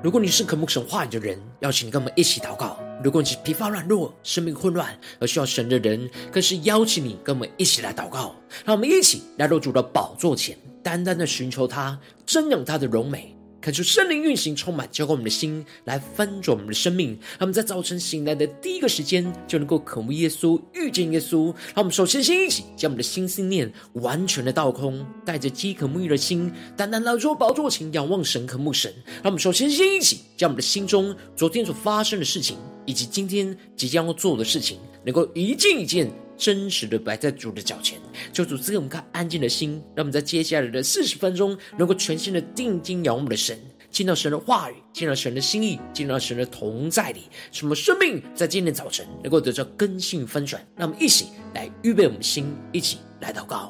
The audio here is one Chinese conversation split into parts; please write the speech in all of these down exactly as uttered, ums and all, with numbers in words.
如果你是渴慕神话语的人，邀请你跟我们一起祷告。如果你是疲乏软弱、生命混乱而需要神的人，更是邀请你跟我们一起来祷告。让我们一起来到主的宝座前，单单的寻求他，瞻仰他的荣美，恳求圣灵运行充满，浇灌我们的心，来翻转我们的生命。让我们在早晨醒来的第一个时间，就能够渴慕耶稣，遇见耶稣。让我们首先先一起将我们的心思念完全的倒空，带着饥渴沐浴的心，单单来到宝座前仰望神，渴慕神。让我们首先先一起将我们的心中昨天所发生的事情，以及今天即将要做的事情，能够一件一件真实的摆在主的脚前，求主赐给我们看安静的心，让我们在接下来的四十分钟，能够全心的定睛仰望我们的神，进到神的话语，进到神的心意，进到神的同在里，使我们生命在今天早晨能够得到更新翻转。让我们一起来预备我们的心，一起来祷告。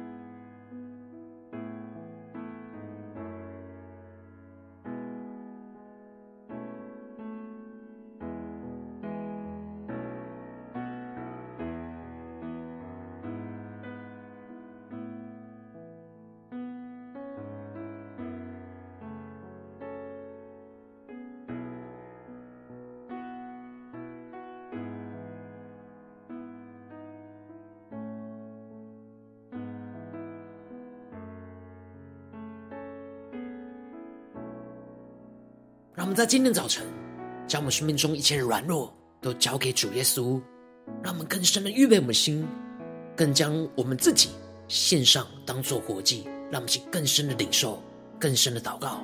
让我们在今天早晨将我们生命中一切的软弱都交给主耶稣，让我们更深的预备我们的心，更将我们自己献上当作活祭，让我们去更深的领受，更深的祷告。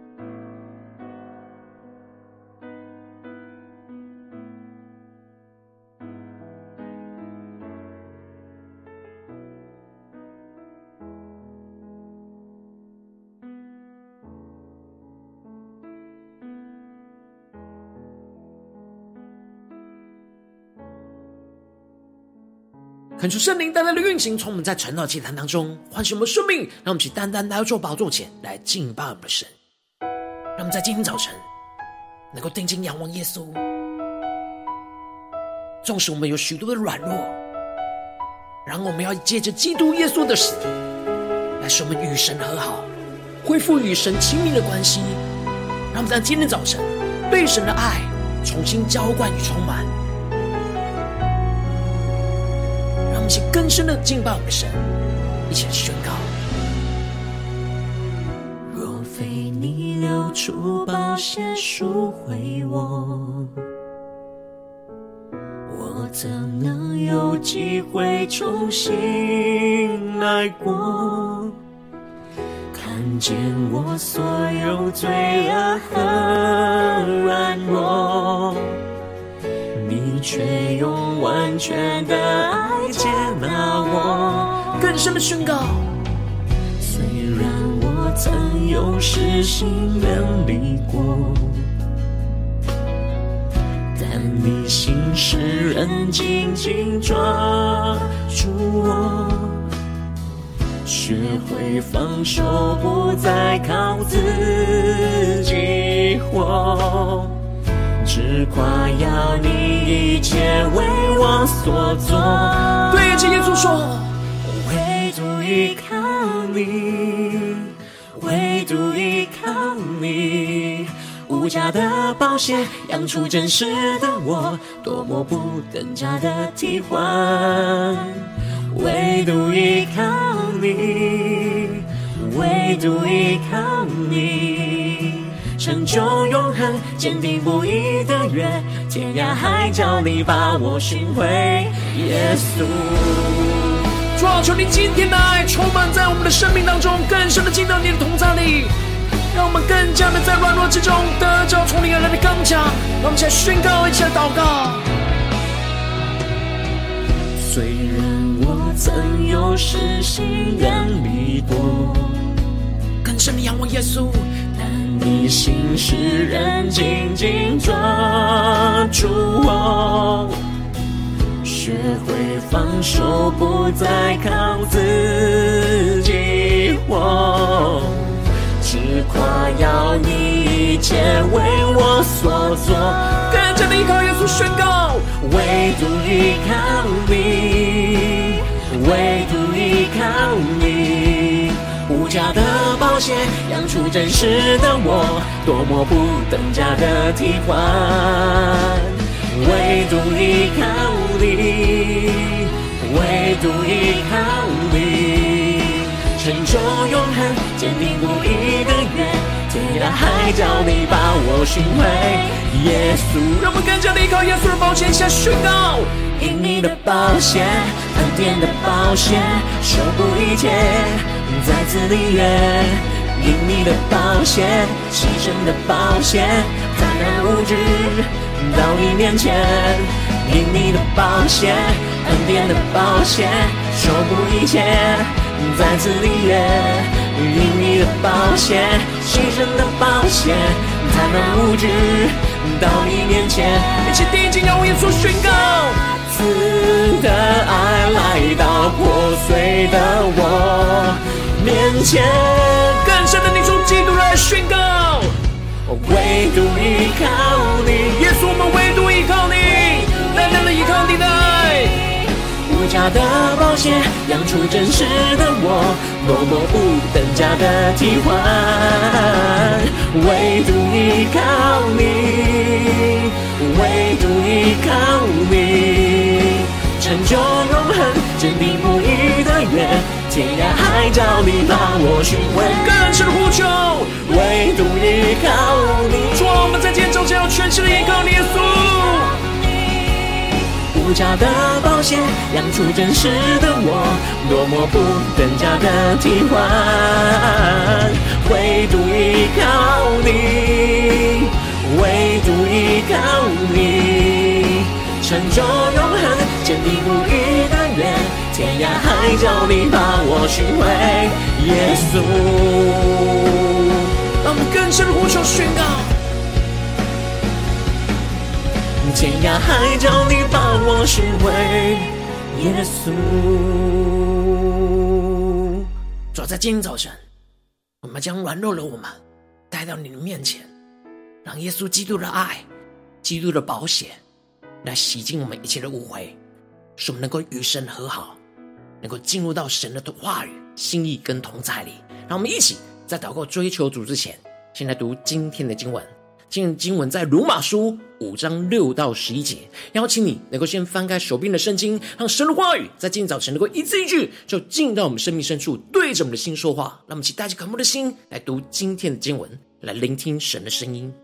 恳求圣灵单单的运行，从我们在晨祷祭坛当中唤醒我们生命，让我们去单单来到主宝座前来敬拜我们的神。让我们在今天早晨能够定睛仰望耶稣，纵使我们有许多的软弱，然后我们要借着基督耶稣的死来使我们与神和好，恢复与神亲密的关系。让我们在今天早晨被神的爱重新浇灌与充满，一起更深的敬拜我们的神，一起来宣告。 若非你流出宝血赎回我，我怎能有机会重新来过？看见我所有罪恶和软弱，你却用完全的爱接纳我。 更深的宣告， 虽然我曾有失心远离过，但你心使人紧紧抓住我，学会放手，不再靠自己活，只夸耀你一切为我所做。 对着耶稣说， 唯独依靠你，唯独依靠你，无价的宝血养出真实的我，多么不等价的替换。唯独依靠你，唯独依靠你，成就永恒，坚定不移的约，天涯海角里把我寻回。耶稣， 主啊，求你今天的爱充满在我们的生命当中，更深的进到你的同在里，让我们更加的在软弱之中得着从你而来的刚强。让我们一起来宣告，一起来祷告。 虽然我曾有失心远离过， 更深的仰望耶稣， 你心使人紧紧抓住我，学会放手，不再靠自己活，只夸耀你一切为我所做。 更加的依靠耶稣宣告， 唯独依靠你，唯独依靠你，无价价的宝血养出真实的我，多么不等价的替换。唯独依靠你，唯独依靠你，成就永恒坚定不移的约，天涯海角你把我寻回。耶稣， 让我们更加的依靠耶稣的宝血下宣告， 因你的宝血，恩典的宝血，守护一切，再次立约。因你的宝血，牺牲的宝血，坦然无惧到你面前。因你的宝血，恩典的宝血，守护一切，再次立约。因你的宝血，牺牲的宝血，坦然无惧到你面前。 一起定睛仰望耶稣宣告， 赐的爱来到破碎的我面前， 更深的领受基督的爱宣告， 唯独依靠你， 耶稣，我们唯独依靠你，单单的依靠你的爱， 无价的宝血养出真实的我，多么不等价的替换。唯独依靠你，唯独依靠你，成就永恒坚定不移的约，天涯海角你把我寻回。 更深的呼求， 唯独依靠你， 主啊，我们在今天早晨要全心的依靠你，耶稣。 无价的宝血养出真实的我，多么不等价的替换。唯独依靠你，唯独依靠你，成就永恒坚定不移的约，天涯海角你把我寻回。耶稣， 让我们更深的呼求宣告， 天涯海角你把我寻回。耶稣， 主啊，在今天早晨，我们将软弱的我们带到你的面前，让耶稣基督的爱、基督的宝血来洗净我们一切的误会，使我们能够与神和好，能够进入到神的话语、心意跟同在里。让我们一起在祷告追求主之前，先来读今天的经文。今天的经文在罗马书五章六到十一节，邀请你能够先翻开手边的圣经，让神的话语在今天早晨能够一字一句就进到我们生命深处，对着我们的心说话。让我们一起带着渴慕的心来读今天的经文，来聆听神的声音。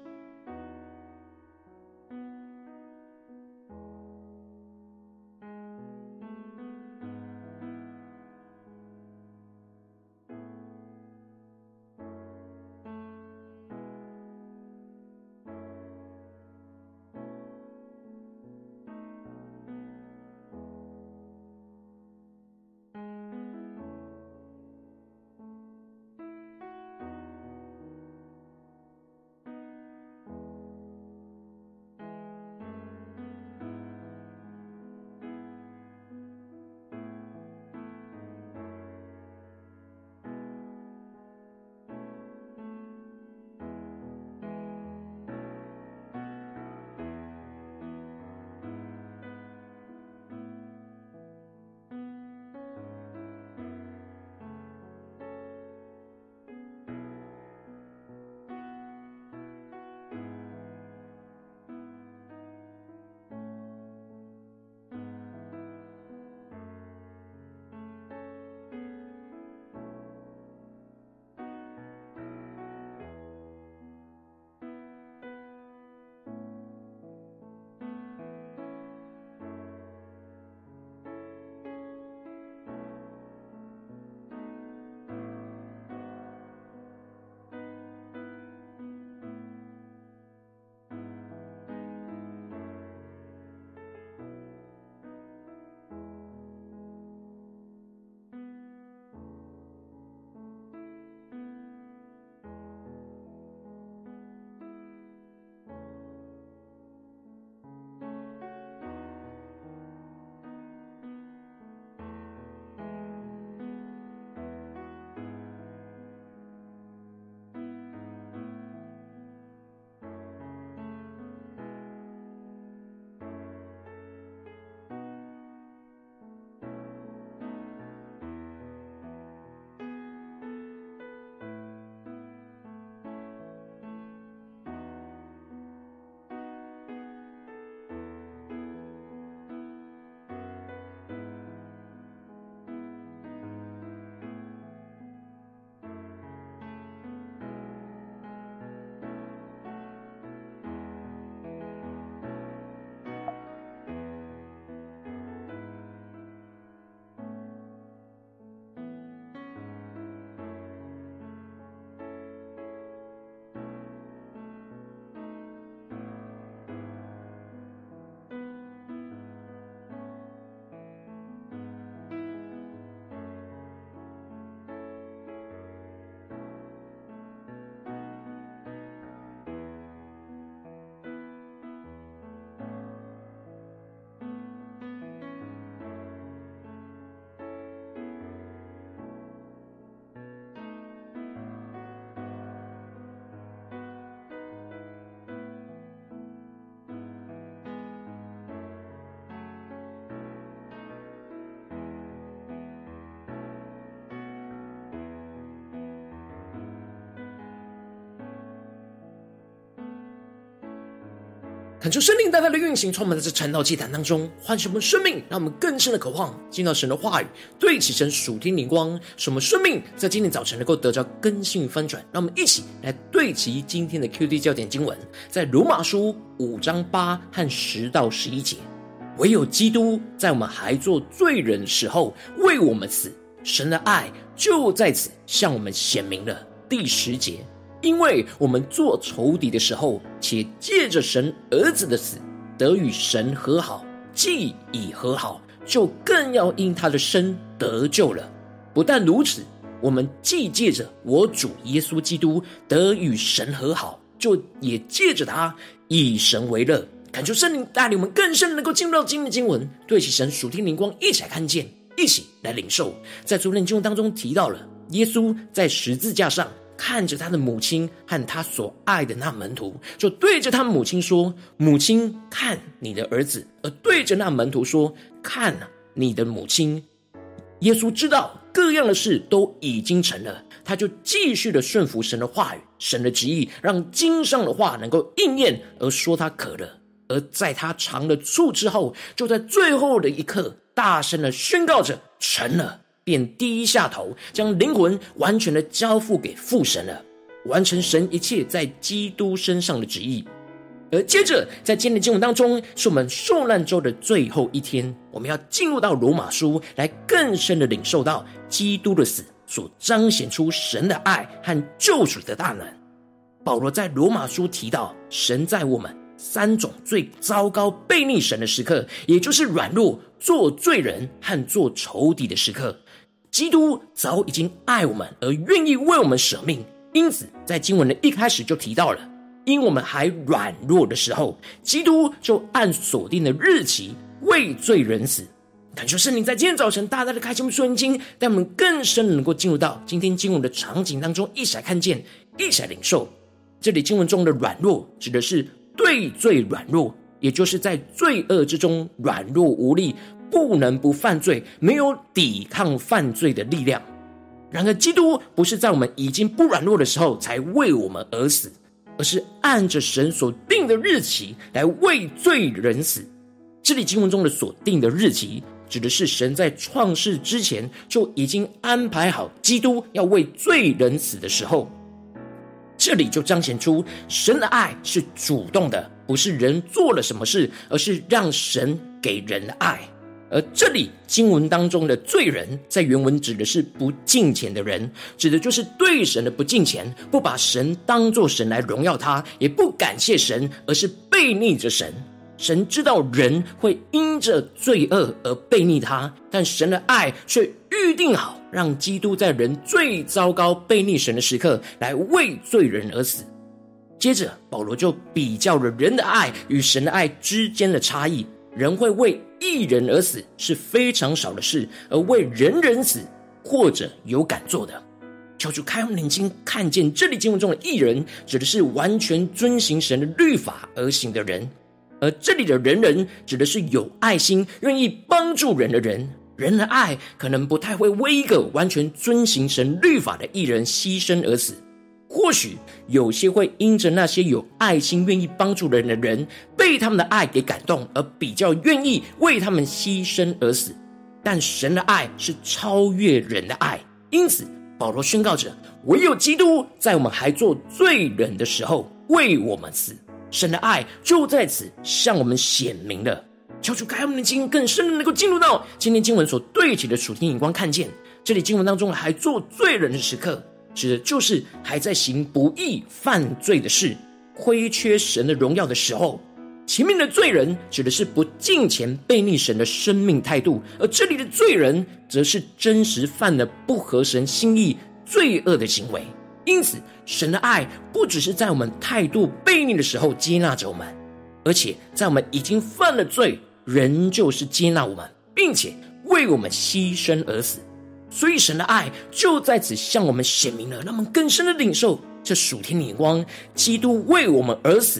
恳求圣灵大大的运行，充满在这晨祷祭坛当中，唤醒我们生命，让我们更深的渴望进到神的话语，对齐神属天灵光，使我们生命在今天早晨能够得到更新与翻转。让我们一起来对齐今天的 Q D 焦点经文，在罗马书五章八和十到十一节。唯有基督在我们还做罪人的时候为我们死，神的爱就在此向我们显明了。第十节，因为我们做仇敌的时候，且借着神儿子的死得与神和好，既已和好，就更要因他的生得救了。不但如此，我们既借着我主耶稣基督得与神和好，就也借着他以神为乐。恳求圣灵带领我们更深能够进入到今天的经文，对齐神属天灵光，一起来看见，一起来领受。在昨天经文当中提到了耶稣在十字架上看着他的母亲和他所爱的那门徒，就对着他母亲说，母亲，看你的儿子，而对着那门徒说，看啊，你的母亲。耶稣知道各样的事都已经成了，他就继续的顺服神的话语，神的旨意，让经上的话能够应验，而说他渴了。而在他尝了醋之后，就在最后的一刻大声的宣告着成了，便低下头，将灵魂完全的交付给父神了，完成神一切在基督身上的旨意。而接着在今天的经文当中，是我们受难周的最后一天，我们要进入到罗马书，来更深的领受到基督的死所彰显出神的爱和救赎的大能。保罗在罗马书提到，神在我们三种最糟糕悖逆神的时刻，也就是软弱、做罪人和做仇敌的时刻，基督早已经爱我们，而愿意为我们舍命。因此在经文的一开始就提到了，因我们还软弱的时候，基督就按所定的日期为罪人死。恳求圣灵在今天早晨大大的开启我们属灵经，带我们更深的能够进入到今天经文的场景当中，一起来看见，一起来领受。这里经文中的软弱指的是对罪软弱，也就是在罪恶之中软弱无力，不能不犯罪，没有抵抗犯罪的力量。然而基督不是在我们已经不软弱的时候才为我们而死，而是按着神所定的日期来为罪人死。这里经文中的所定的日期指的是神在创世之前就已经安排好基督要为罪人死的时候。这里就彰显出神的爱是主动的，不是人做了什么事，而是让神给人的爱。而这里经文当中的罪人，在原文指的是不敬虔的人，指的就是对神的不敬虔，不把神当作神来荣耀他，也不感谢神，而是悖逆着神。神知道人会因着罪恶而悖逆他，但神的爱却预定好，让基督在人最糟糕悖逆神的时刻来为罪人而死。接着保罗就比较了人的爱与神的爱之间的差异。人会为一人而死是非常少的事，而为人人死或者有敢做的。求主开我们眼睛，看见这里经文中的义人指的是完全遵行神的律法而行的人，而这里的人人指的是有爱心愿意帮助人的人。人的爱可能不太会为一个完全遵行神律法的义人牺牲而死，或许有些会因着那些有爱心愿意帮助人的人被他们的爱给感动，而比较愿意为他们牺牲而死。但神的爱是超越人的爱，因此保罗宣告着，唯有基督在我们还做罪人的时候为我们死，神的爱就在此向我们显明了。求主开我们的心，更深的能够进入到今天经文所对齐的属天眼光，看见这里经文当中还做罪人的时刻，指的就是还在行不义犯罪的事，亏缺神的荣耀的时候。前面的罪人指的是不敬虔悖逆神的生命态度，而这里的罪人则是真实犯了不合神心意罪恶的行为。因此神的爱不只是在我们态度悖逆的时候接纳着我们，而且在我们已经犯了罪仍旧是接纳我们，并且为我们牺牲而死。所以神的爱就在此向我们显明了，让我们更深的领受这属天的眼光。基督为我们而死，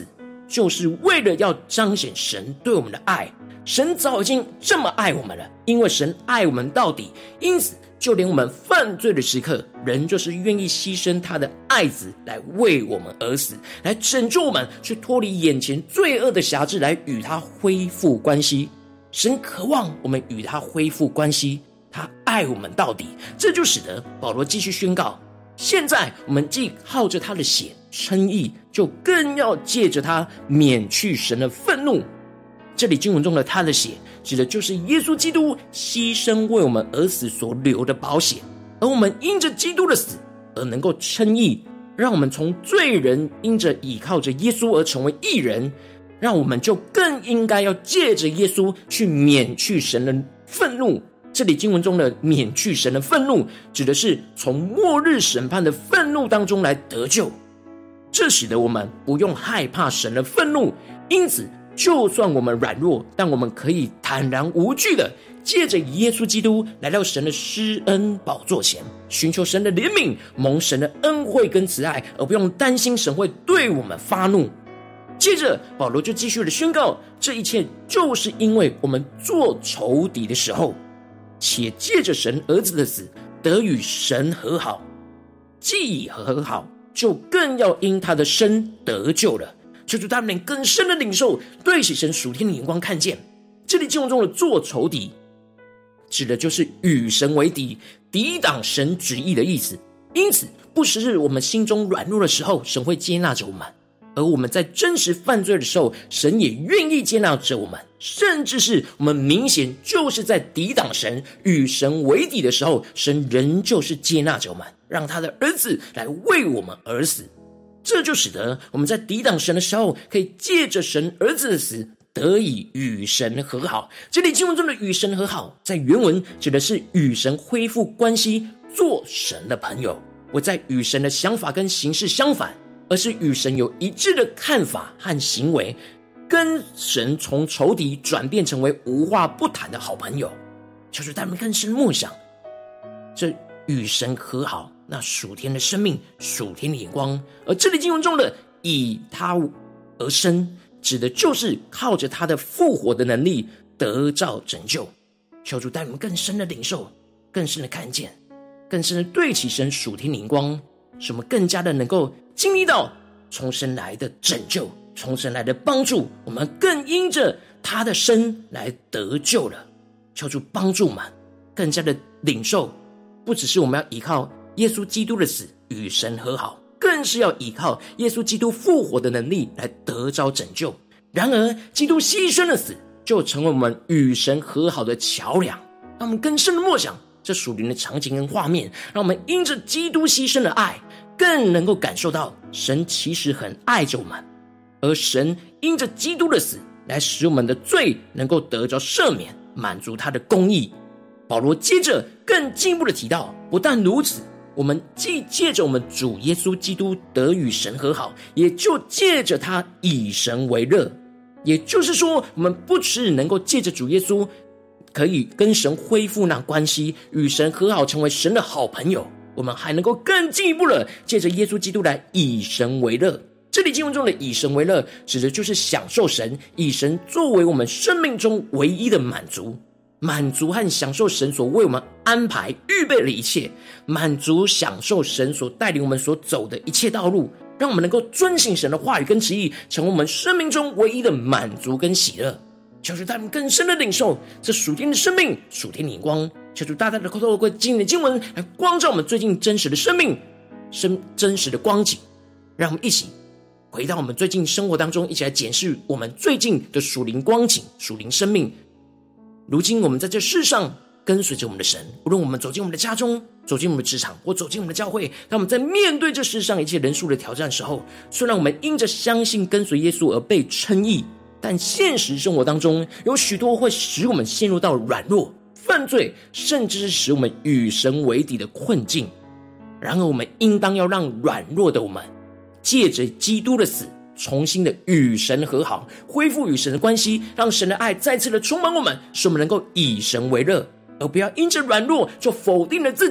就是为了要彰显神对我们的爱。神早已经这么爱我们了，因为神爱我们到底，因此就连我们犯罪的时刻，人就是愿意牺牲他的爱子来为我们而死，来拯救我们，去脱离眼前罪恶的辖制，来与他恢复关系。神渴望我们与他恢复关系，他爱我们到底。这就使得保罗继续宣告，现在我们既靠着他的血称义，就更要借着他免去神的愤怒。这里经文中的他的血指的就是耶稣基督牺牲为我们而死所流的宝血，而我们因着基督的死而能够称义，让我们从罪人因着倚靠着耶稣而成为义人，让我们就更应该要借着耶稣去免去神的愤怒。这里经文中的免去神的愤怒，指的是从末日审判的愤怒当中来得救，这使得我们不用害怕神的愤怒。因此就算我们软弱，但我们可以坦然无惧的借着耶稣基督来到神的施恩宝座前，寻求神的怜悯，蒙神的恩惠跟慈爱，而不用担心神会对我们发怒。接着保罗就继续的宣告，这一切就是因为我们做仇敌的时候，且借着神儿子的死得与神和好，既已和好，就更要因他的生得救了。求主他们更深的领受，对起神属天的眼光看见，这里经文中的做仇敌指的就是与神为敌，抵挡神旨意的意思。因此不是我们心中软弱的时候神会接纳着我们，而我们在真实犯罪的时候，神也愿意接纳着我们，甚至是我们明显就是在抵挡神与神为敌的时候，神仍旧是接纳着我们，让他的儿子来为我们而死。这就使得我们在抵挡神的时候，可以借着神儿子的死得以与神和好。这里经文中的与神和好，在原文指的是与神恢复关系，做神的朋友，不再与神的想法跟行事相反，而是与神有一致的看法和行为，跟神从仇敌转变成为无话不谈的好朋友。求主他们更深默想这与神和好，那属天的生命，属天的眼光。而这里经文中的以他而生，指的就是靠着他的复活的能力得到拯救。求主带我们更深的领受，更深的看见，更深的对齐神属天的眼光，使我们更加的能够经历到从神来的拯救，从神来的帮助，我们更因着他的生来得救了。求主帮助我们更加的领受，不只是我们要依靠耶稣基督的死与神和好，更是要依靠耶稣基督复活的能力来得着拯救。然而基督牺牲的死就成为我们与神和好的桥梁，让我们更深的默想这属灵的场景跟画面，让我们因着基督牺牲的爱，更能够感受到神其实很爱着我们，而神因着基督的死来使我们的罪能够得着赦免，满足他的公义。保罗接着更进一步的提到，不但如此，我们既借着我们主耶稣基督得与神和好，也就借着他以神为乐。也就是说，我们不只能够借着主耶稣可以跟神恢复那关系，与神和好，成为神的好朋友，我们还能够更进一步的借着耶稣基督来以神为乐。这里经文中的以神为乐，指的就是享受神，以神作为我们生命中唯一的满足，满足和享受神所为我们安排预备的一切，满足享受神所带领我们所走的一切道路，让我们能够遵行神的话语跟旨意，成为我们生命中唯一的满足跟喜乐。求主他们更深的领受这属天的生命，属天的眼光。求主大大的透过今天的经文来光照我们最近真实的生命，生真实的光景。让我们一起回到我们最近生活当中，一起来检视我们最近的属灵光景、属灵生命。如今我们在这世上跟随着我们的神，无论我们走进我们的家中，走进我们的职场，或走进我们的教会，当我们在面对这世上一切人数的挑战的时候，虽然我们因着相信跟随耶稣而被称义，但现实生活当中有许多会使我们陷入到软弱、犯罪，甚至是使我们与神为敌的困境。然而我们应当要让软弱的我们借着基督的死，重新的与神和好，恢复与神的关系，让神的爱再次的充满我们，使我们能够以神为乐，而不要因着软弱就否定了自己，就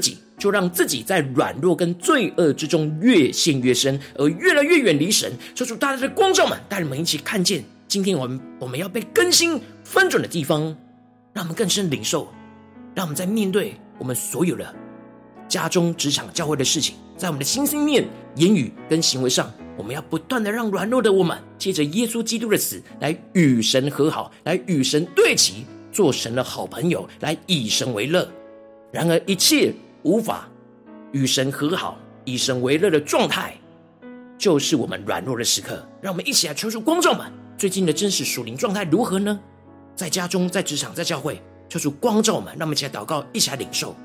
就让自己在软弱跟罪恶之中越陷越深，而越来越远离神。求主大家的光照们，带你们一起看见今天我们我们要被更新翻转的地方，让我们更深领受，让我们在面对我们所有的家中、职场、教会的事情，在我们的心心念、言语跟行为上，我们要不断的让软弱的我们借着耶稣基督的死来与神和好，来与神对齐，做神的好朋友，来以神为乐。然而一切无法与神和好、以神为乐的状态，就是我们软弱的时刻。让我们一起来求主光照们，最近的真实属灵状态如何呢？在家中、在职场、在教会，求主光照们，让我们一起来祷告，一起来领受。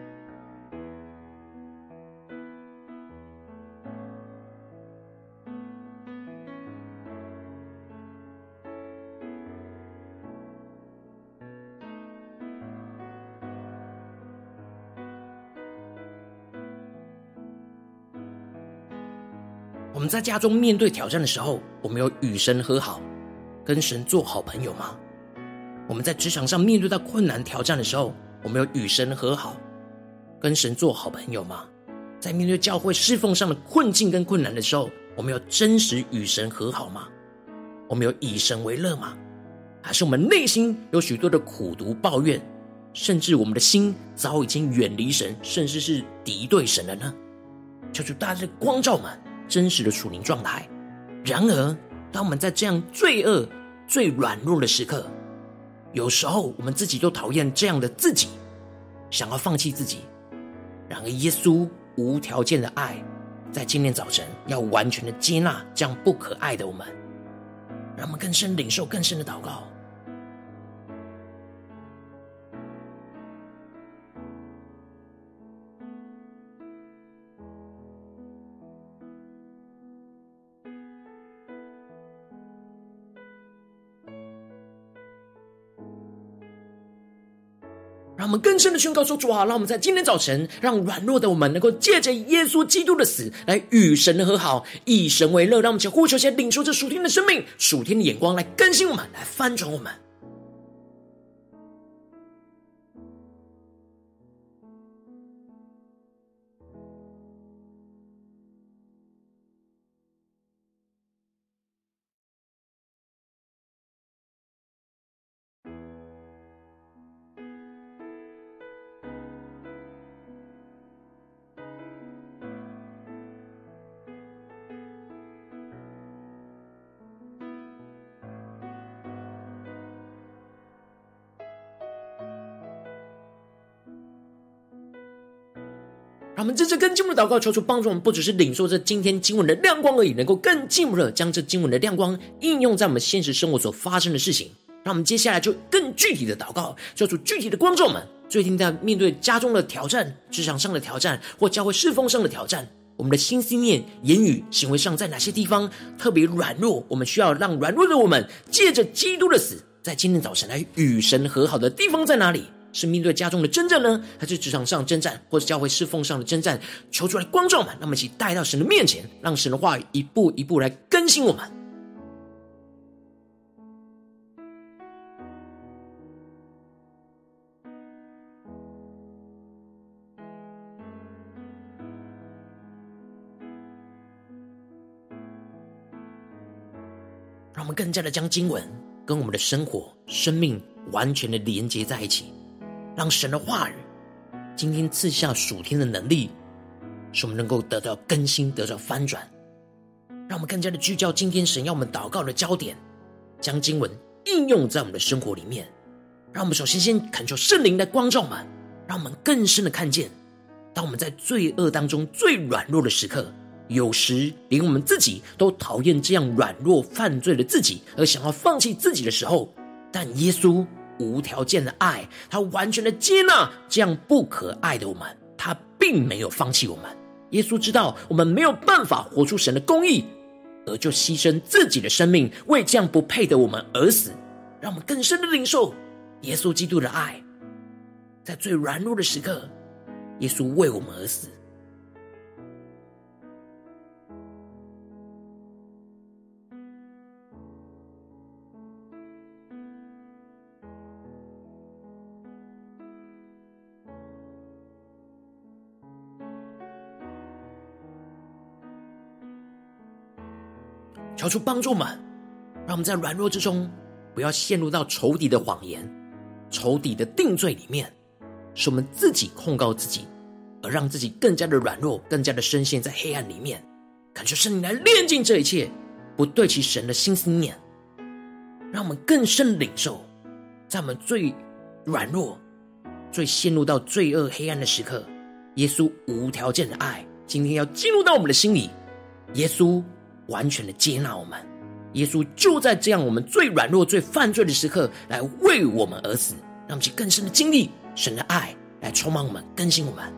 我们在家中面对挑战的时候，我们有与神和好，跟神做好朋友吗？我们在职场上面对到困难挑战的时候，我们有与神和好，跟神做好朋友吗？在面对教会侍奉上的困境跟困难的时候，我们有真实与神和好吗？我们有以神为乐吗？还是我们内心有许多的苦毒抱怨，甚至我们的心早已经远离神，甚至是敌对神了呢？求主大家的光照们真实的属灵状态。然而当我们在这样罪恶最软弱的时刻，有时候我们自己都讨厌这样的自己，想要放弃自己。然而耶稣无条件的爱，在今天早晨要完全的接纳这样不可爱的我们，让我们更深领受更深的祷告。让我们更深的宣告说，主啊，让我们在今天早晨，让软弱的我们能够借着耶稣基督的死来与神和好，以神为乐。让我们请呼求先领受这属天的生命、属天的眼光来更新我们，来翻转我们。让我们真正更进一步的祷告，求主帮助我们，不只是领受这今天经文的亮光而已，能够更进一步的将这经文的亮光应用在我们现实生活所发生的事情。让我们接下来就更具体的祷告，求主具体的光照我们，最近在面对家中的挑战、职场上的挑战，或教会侍奉上的挑战，我们的心思念、言语、行为上在哪些地方特别软弱？我们需要让软弱的我们借着基督的死，在今天早晨来与神和好的地方在哪里？是面对家中的征战呢，还是职场上征战，或者教会侍奉上的征战？求出来光照我们，让我们一起带到神的面前，让神的话语一步一步来更新我们。让我们更加的将经文跟我们的生活、生命完全的连接在一起，让神的话语今天赐下属天的能力，使我们能够得到更新，得到翻转。让我们更加的聚焦今天神要我们祷告的焦点，将经文应用在我们的生活里面。让我们首先先恳求圣灵的光照们，让我们更深的看见，当我们在罪恶当中最软弱的时刻，有时连我们自己都讨厌这样软弱犯罪的自己，而想要放弃自己的时候，但耶稣无条件的爱，他完全的接纳这样不可爱的我们，他并没有放弃我们。耶稣知道我们没有办法活出神的公义，而就牺牲自己的生命，为这样不配的我们而死。让我们更深的领受耶稣基督的爱，在最软弱的时刻，耶稣为我们而死。 求主帮助我们，让我们在软弱之中不要陷入到仇敌的谎言、仇敌的定罪里面，使我们自己控告自己，而让自己更加的软弱，更加的深陷在黑暗里面。感谢圣灵来炼净这一切不对其神的心思念，让我们更深领受，在我们最软弱、最陷入到罪恶黑暗的时刻，耶稣无条件的爱今天要进入到我们的心里，耶稣完全的接纳我们，耶稣就在这样我们最软弱、最犯罪的时刻来为我们而死，让我们去更深的经历神的爱来充满我们，更新我们。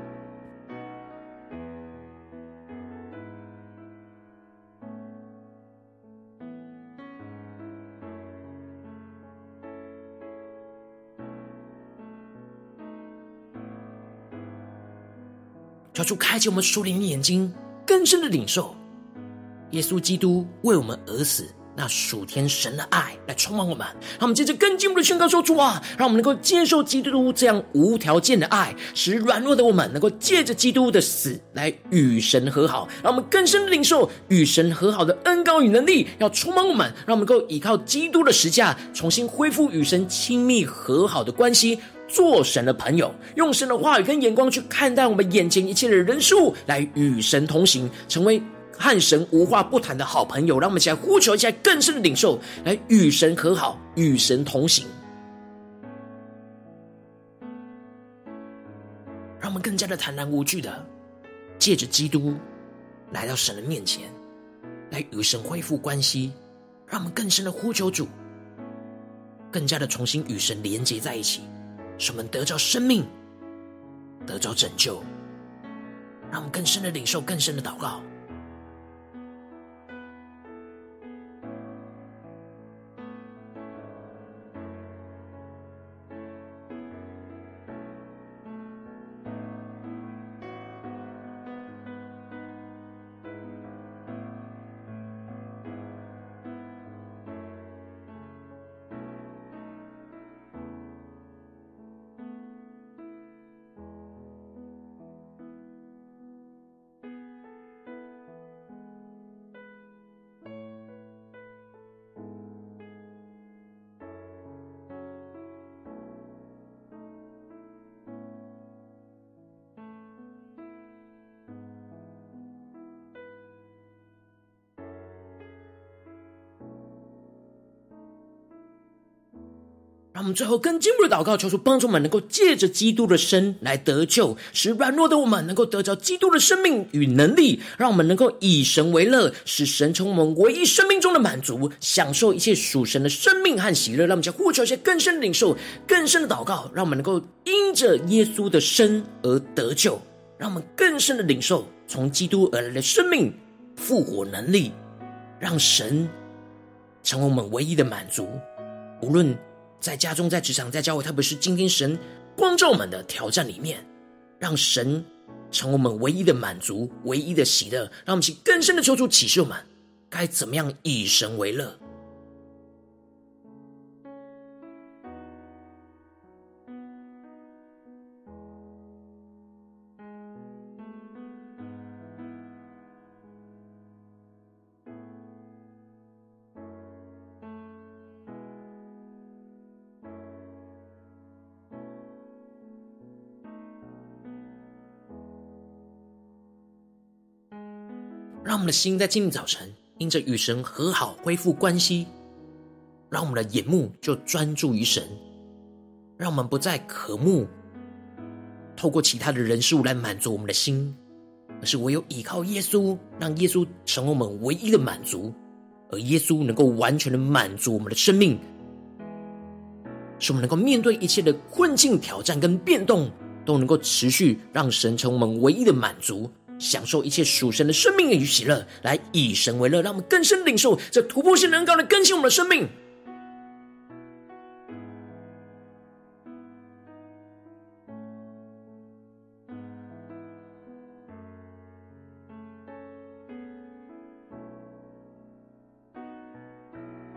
求主开启我们属灵的眼睛，更深的领受耶稣基督为我们而死，那属天神的爱来充满我们。让我们接着更进一步的宣告说，主啊，让我们能够接受基督这样无条件的爱，使软弱的我们能够借着基督的死来与神和好。让我们更深的领受与神和好的恩膏与能力要充满我们，让我们能够依靠基督的十架重新恢复与神亲密和好的关系，做神的朋友，用神的话语跟眼光去看待我们眼前一切的人事物，来与神同行，成为和神无话不谈的好朋友。让我们一起来呼求一下更深的领受，来与神和好，与神同行，让我们更加的坦然无惧的借着基督来到神的面前，来与神恢复关系。让我们更深的呼求主，更加的重新与神连结在一起，使我们得着生命，得着拯救。让我们更深的领受，更深的祷告。让我们最后更进一步的祷告，求主帮助我们能够借着基督的生来得救，使软弱的我们能够得着基督的生命与能力，让我们能够以神为乐，使神成我们唯一生命中的满足，享受一切属神的生命和喜乐。让我们将呼求一些更深的领受，更深的祷告，让我们能够因着耶稣的生而得救，让我们更深的领受从基督而来的生命复活能力，让神成为我们唯一的满足。无论在家中、在职场、在教会，特别是今天神光照我们的挑战里面，让神成为我们唯一的满足、唯一的喜乐。让我们去更深的求主启示我们该怎么样以神为乐。让我们的心在今天早晨因着与神和好恢复关系，让我们的眼目就专注于神，让我们不再渴慕透过其他的人事物来满足我们的心，而是唯有依靠耶稣，让耶稣成为我们唯一的满足，而耶稣能够完全的满足我们的生命，使我们能够面对一切的困境、挑战跟变动，都能够持续让神成为我们唯一的满足，享受一切属神的生命与喜乐，来以神为乐。让我们更深领受这突破性能高的更新我们的生命。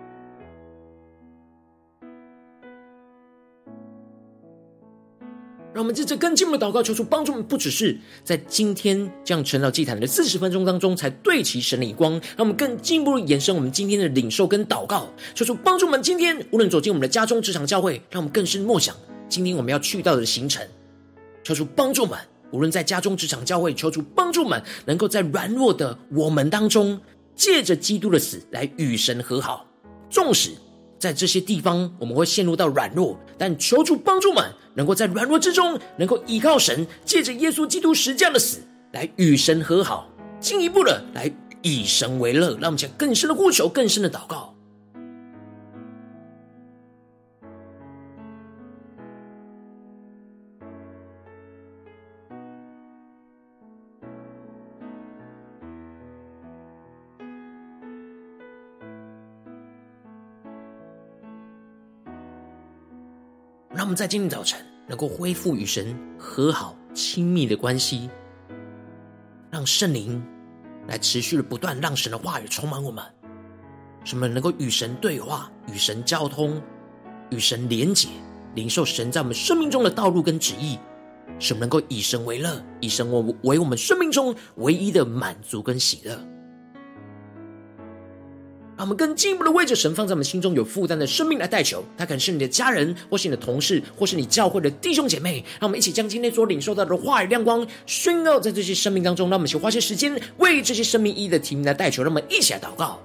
让让我们接着更进一步的祷告，求主帮助我们，不只是在今天这样晨祷祭坛的四十分钟当中才对齐神的眼光，让我们更进一步的延伸我们今天的领受跟祷告，求主帮助我们今天无论走进我们的家中、职场、教会，让我们更深默想今天我们要去到的行程。求主帮助我们，无论在家中、职场、教会，求主帮助我们能够在软弱的我们当中，借着基督的死来与神和好。纵使在这些地方我们会陷入到软弱，但求主帮助我们能够在软弱之中，能够依靠神，借着耶稣基督十字架的死来与神和好，进一步的来以神为乐。让我们讲更深的呼求，更深的祷告。让我们在今天早晨能够恢复与神和好亲密的关系，让圣灵来持续的不断让神的话语充满我们，使我们能够与神对话，与神交通，与神连结，领受神在我们生命中的道路跟旨意，使我们能够以神为乐，以神为我们生命中唯一的满足跟喜乐。让我们更进一步的为着神放在我们心中有负担的生命来代求，他可能是你的家人，或是你的同事，或是你教会的弟兄姐妹。让我们一起将今天所领受到的话语亮光宣告在这些生命当中，让我们一起花些时间为这些生命意义的题目来代求。让我们一起来祷告。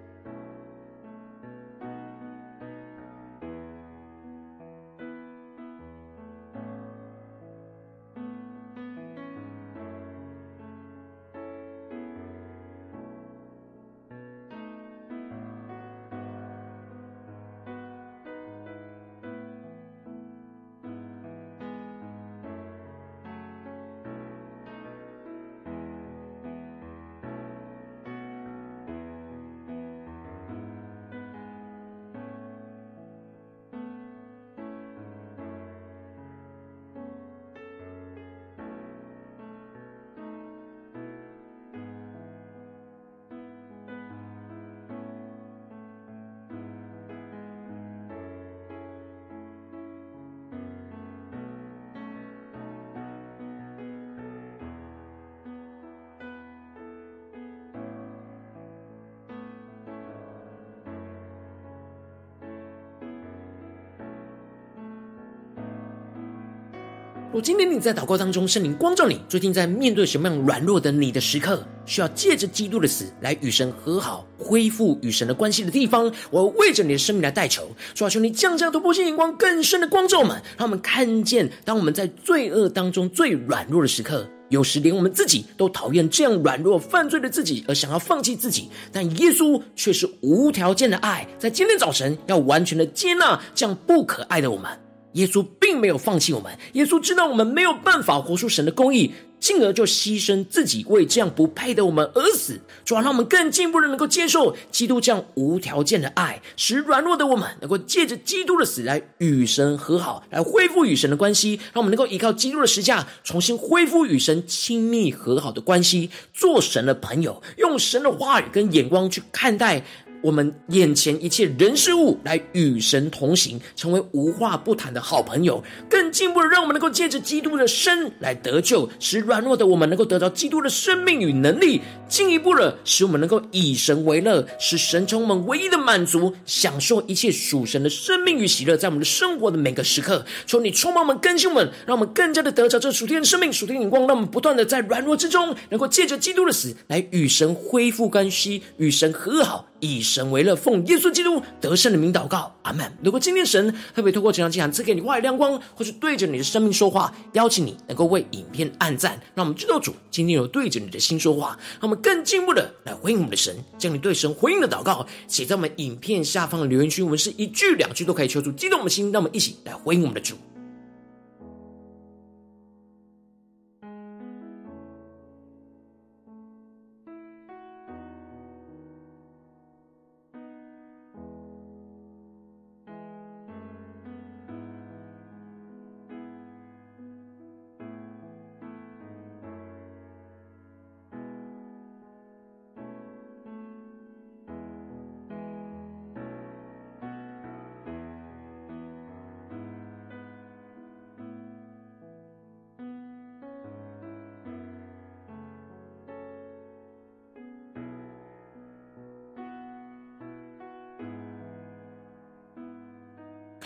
若今天你在祷告当中，圣灵光照你，最近在面对什么样软弱的你的时刻，需要借着基督的死来与神和好，恢复与神的关系的地方，我要为着你的生命来代求。主啊，求你降下突破性眼光更深的光照我们，让我们看见当我们在罪恶当中最软弱的时刻，有时连我们自己都讨厌这样软弱犯罪的自己，而想要放弃自己，但耶稣却是无条件的爱，在今天早晨要完全的接纳这样不可爱的我们。耶稣并没有放弃我们，耶稣知道我们没有办法活出神的公义，进而就牺牲自己为这样不配的我们而死。主要让我们更进一步的能够接受基督这样无条件的爱，使软弱的我们能够借着基督的死来与神和好，来恢复与神的关系，让我们能够依靠基督的十架重新恢复与神亲密和好的关系，做神的朋友，用神的话语跟眼光去看待我们眼前一切人事物，来与神同行，成为无话不谈的好朋友。更进一步的让我们能够借着基督的生来得救，使软弱的我们能够得到基督的生命与能力，进一步的使我们能够以神为乐，使神成我们唯一的满足，享受一切属神的生命与喜乐，在我们的生活的每个时刻。求你充满我们，更新我们，让我们更加的得着这属天的生命、属天的眼光，让我们不断的在软弱之中能够借着基督的死来与神恢复关系，与神和好，以神为乐，奉耶稣基督得胜的名祷告，阿们。如果今天神特别透过这场祭坛赐给你话语亮光，或是对着你的生命说话，邀请你能够为影片按赞，让我们知道主今天有对着你的心说话，让我们更进一步的来回应我们的神，将你对神回应的祷告写在我们影片下方的留言区，我们是一句两句都可以求主激动我们的心，让我们一起来回应我们的主。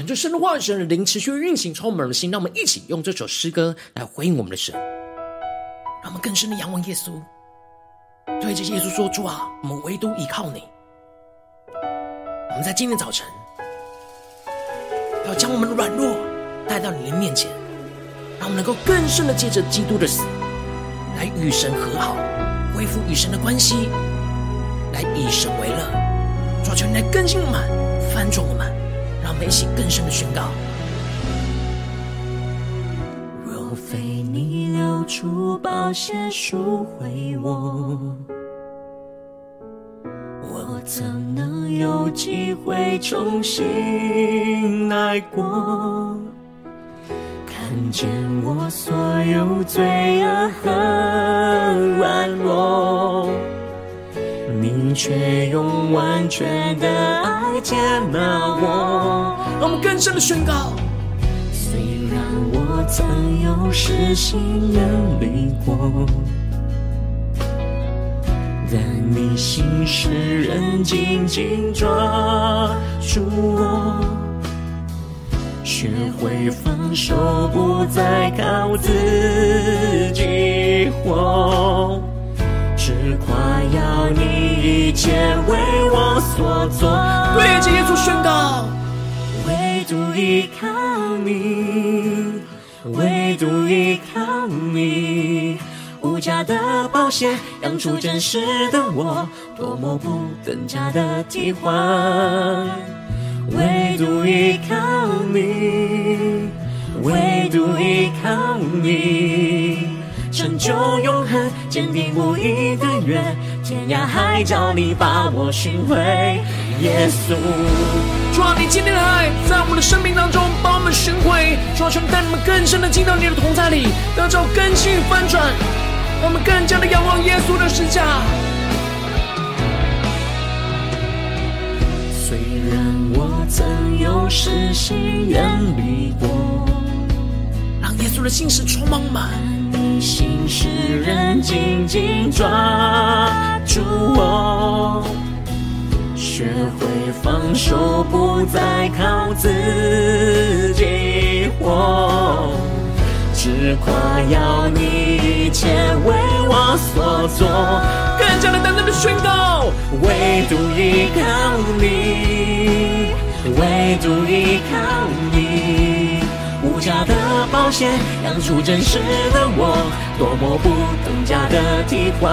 就神的话语、神的灵持续运行充满我们的心，让我们一起用这首诗歌来回应我们的神，让我们更深的仰望耶稣，对着耶稣说：主啊，我们唯独依靠你。我们在今天早晨要将我们的软弱带到你的面前，让我们能够更深的借着基督的死来与神和好，恢复与神的关系，来以神为乐。主啊，求你来更新我们，翻转我们，让我们一起更深的宣告： 若非你流出宝血赎回我，我怎能有机会重新来过？看见我所有罪恶和软弱，你却用完全的爱接纳我。 让我们更深的宣告： 虽然我曾有失心远离过，但你心使人紧紧抓住我，学会放手，不再靠自己活，只夸耀你一切为我所做。 对着耶稣宣告： 唯独依靠你，唯独依靠你，无价的宝血养出真实的我，多么不等价的替换。唯独依靠你，唯独依靠你，成就永恒坚定不移的约，天涯海角你把我寻回。耶稣， 主啊，你今天的爱在我们的生命当中把我们寻回。主啊，求你带你们更深的进到你的同在里，得着更新与翻转，让我们更加的仰望耶稣的十架。 虽然我曾有失心远离过， 让耶稣的信实充满满， 你心使人紧紧抓住我，学会放手，不再靠自己活，只夸耀你一切为我所做。 更加的单单的宣告： 唯独依靠你，唯独依靠你，无价的宝血养出真实的我，多么不等价的替换。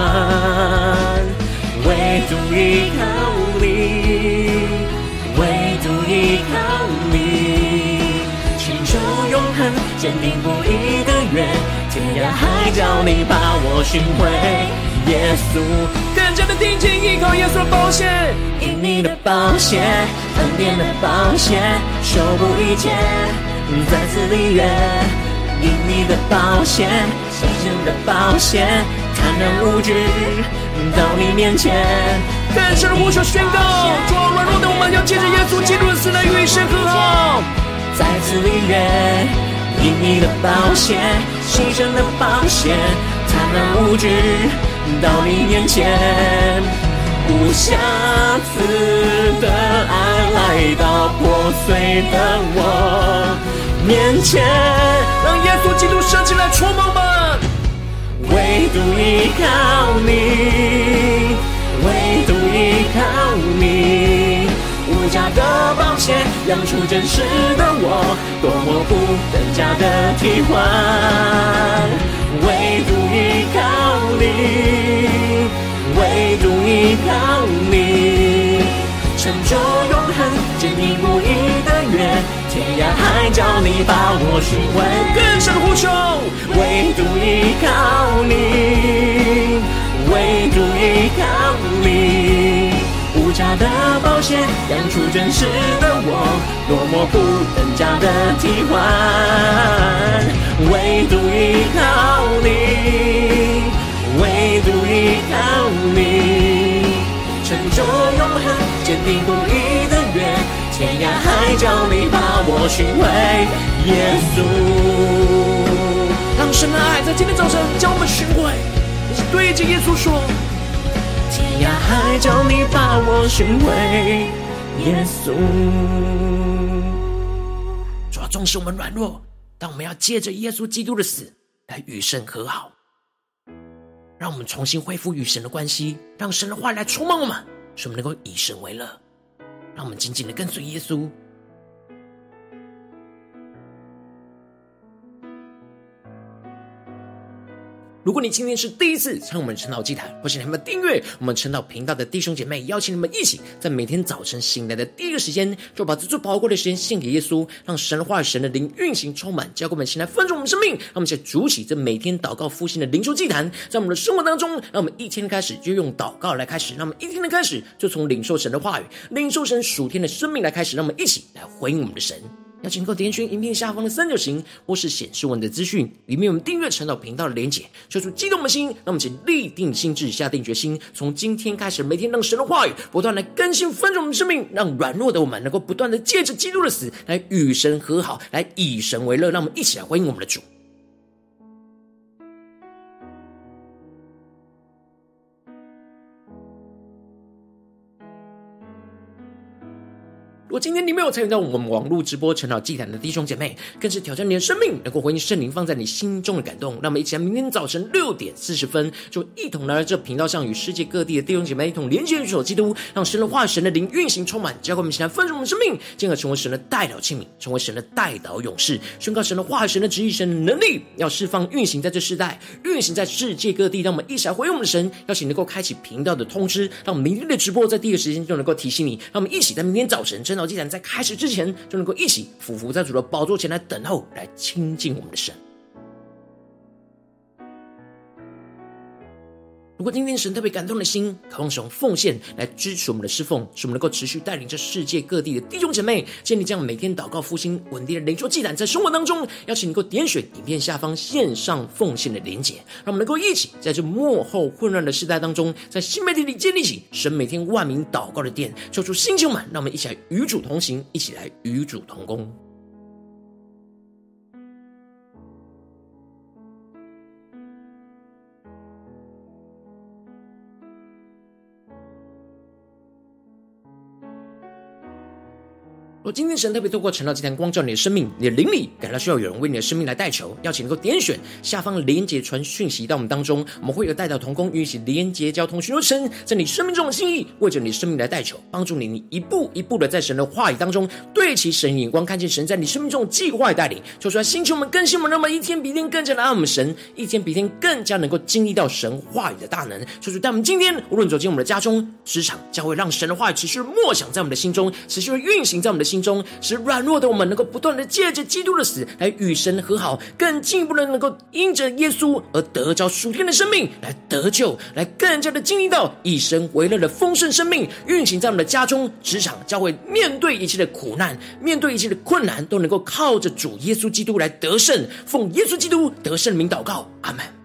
唯独依靠你，唯独依靠你，寻求永恒坚定不移的约，天涯海角你把我寻回。耶稣， 更加的定睛依靠耶稣的宝血， 因你的宝血，恩典的宝血，修补一切，再次立约。因你的宝血，牺牲的宝血，坦然无惧到你面前。 更深的呼求宣告：主啊，软弱的我们要借着耶稣基督的死来与神和好。 再次立约，因你的宝血，牺牲的宝血，坦然无惧到你面前，无瑕疵的爱来到破碎的我面前， 让耶稣基督升起来充满吧。 唯独依靠你，唯独依靠你，无价的宝血养出真实的我，多么不等价的替换。唯独依靠你，唯独依靠你，成就永恒坚定不移的约，天涯海角你把我寻回。 更深的呼求： 唯独依靠你，唯独依靠你，无价的宝血养出真实的我，多么不等价的替换。唯独依靠你，唯独依靠你，成就永恒坚定不移的约，天涯海角你把我寻回。耶稣， 让神的爱在今天早晨将我们寻回，一起对着耶稣说： 天涯海角你把我寻回。耶稣， 纵使我们软弱，但我们要借着耶稣基督的死来与神和好，让我们重新恢复与神的关系，让神的话来充满我们，使我们能够以神为乐，让我们紧紧的跟随耶稣。如果你今天是第一次参与我们晨祷祭坛，或是你们订阅我们晨祷频道的弟兄姐妹，邀请你们一起在每天早晨醒来的第一个时间，就把这最宝贵的时间献给耶稣，让神的话语、神的灵运行充满，教给我们，先来分盛我们生命。让我们一起主起这每天祷告复兴的灵修祭坛，在我们的生活当中，让我们一天开始就用祷告来开始，让我们一天的开始就从领受神的话语、领受神属天的生命来开始，让我们一起来回应我们的神。邀请够点选影片下方的三角形，或是显示文的资讯，里面有我们订阅晨祷频道的连结，说出激动的心，让我们请立定心志，下定决心，从今天开始，每天让神的话语不断来更新分盛我们的生命，让软弱的我们能够不断的借着基督的死来与神和好，来以神为乐。让我们一起来回应我们的主。如果今天你没有参与到我们网络直播晨祷祭坛的弟兄姐妹，更是挑战你的生命，能够回应圣灵放在你心中的感动。让我们一起来明天早晨六点四十分，就一同来到这频道上，与世界各地的弟兄姐妹一同连接与主基督，让神的话、神的灵运行充满，教会我们一起来分盛我们的生命，进而成为神的代祷器皿，成为神的代祷勇士，宣告神的话、神的旨意、神的能力，要释放运行在这世代，运行在世界各地。让我们一起来回应我们的神，邀请能够开启频道的通知，让我们明天的直播在第一个时间就能够提醒你。让我们一起在明天早晨晨祷祭坛在开始之前，就能够一起俯伏在主的宝座前来等候，来亲近我们的神。如果今天神特别感动的心，渴望使用奉献来支持我们的侍奉，使我们能够持续带领这世界各地的弟兄姐妹建立这样每天祷告复兴稳定的灵修祭坛，在生活当中，邀请你能够点选影片下方线上奉献的连结，让我们能够一起在这末后混乱的时代当中，在新媒体里建立起神每天万名祷告的殿，抽出新球满，让我们一起来与主同行，一起来与主同工。若今天神特别透过晨祷祭坛光照你的生命，你的灵里感到需要有人为你的生命来代求，邀请能够点选下方的连结传讯息到我们当中，我们会有代祷同工与一起连结交通，寻求神在你生命中的心意，为着你的生命来代求，帮助你你一步一步的在神的话语当中对齐神眼光，看见神在你生命中的计划与带领，求出来星球们更新我们，让我们一天比一天更加的爱我们神，一天比一天更加能够经历到神话语的大能。求主带我们今天无论走进我们的家中、职场、教会，让神的话语持续的默想在我们的心中，持续的运行在我们的心中，使软弱的我们能够不断的借着基督的死来与神和好，更进一步的能够因着耶稣而得着属天的生命，来得救，来更加的经历到以神为乐的丰盛生命运行在我们的家中、职场、教会，面对一切的苦难，面对一切的困难，都能够靠着主耶稣基督来得胜。奉耶稣基督得胜的名祷告，阿们。